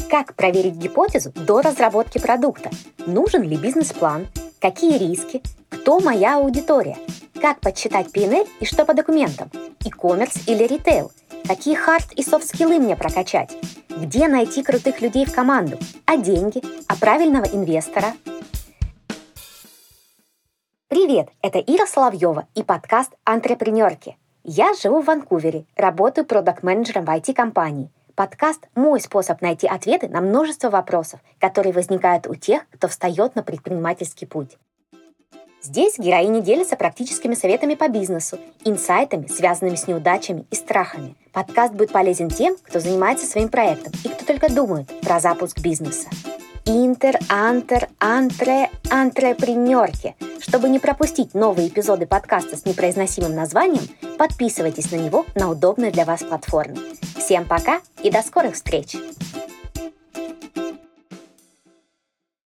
Как проверить гипотезу до разработки продукта? Нужен ли бизнес-план? Какие риски? Кто моя аудитория? Как подсчитать P&L и что по документам? E-commerce или ритейл? Какие хард и софт-скиллы мне прокачать? Где найти крутых людей в команду? А деньги? А правильного инвестора? Привет, это Ира Соловьева и подкаст «Антрепренерки». Я живу в Ванкувере, работаю продакт-менеджером в IT-компании. Подкаст – мой способ найти ответы на множество вопросов, которые возникают у тех, кто встает на предпринимательский путь. Здесь героини делятся практическими советами по бизнесу, инсайтами, связанными с неудачами и страхами. Подкаст будет полезен тем, кто занимается своим проектом и кто только думает про запуск бизнеса. Антрепренерки. Чтобы не пропустить новые эпизоды подкаста с непроизносимым названием, подписывайтесь на него на удобной для вас платформе. Всем пока и до скорых встреч!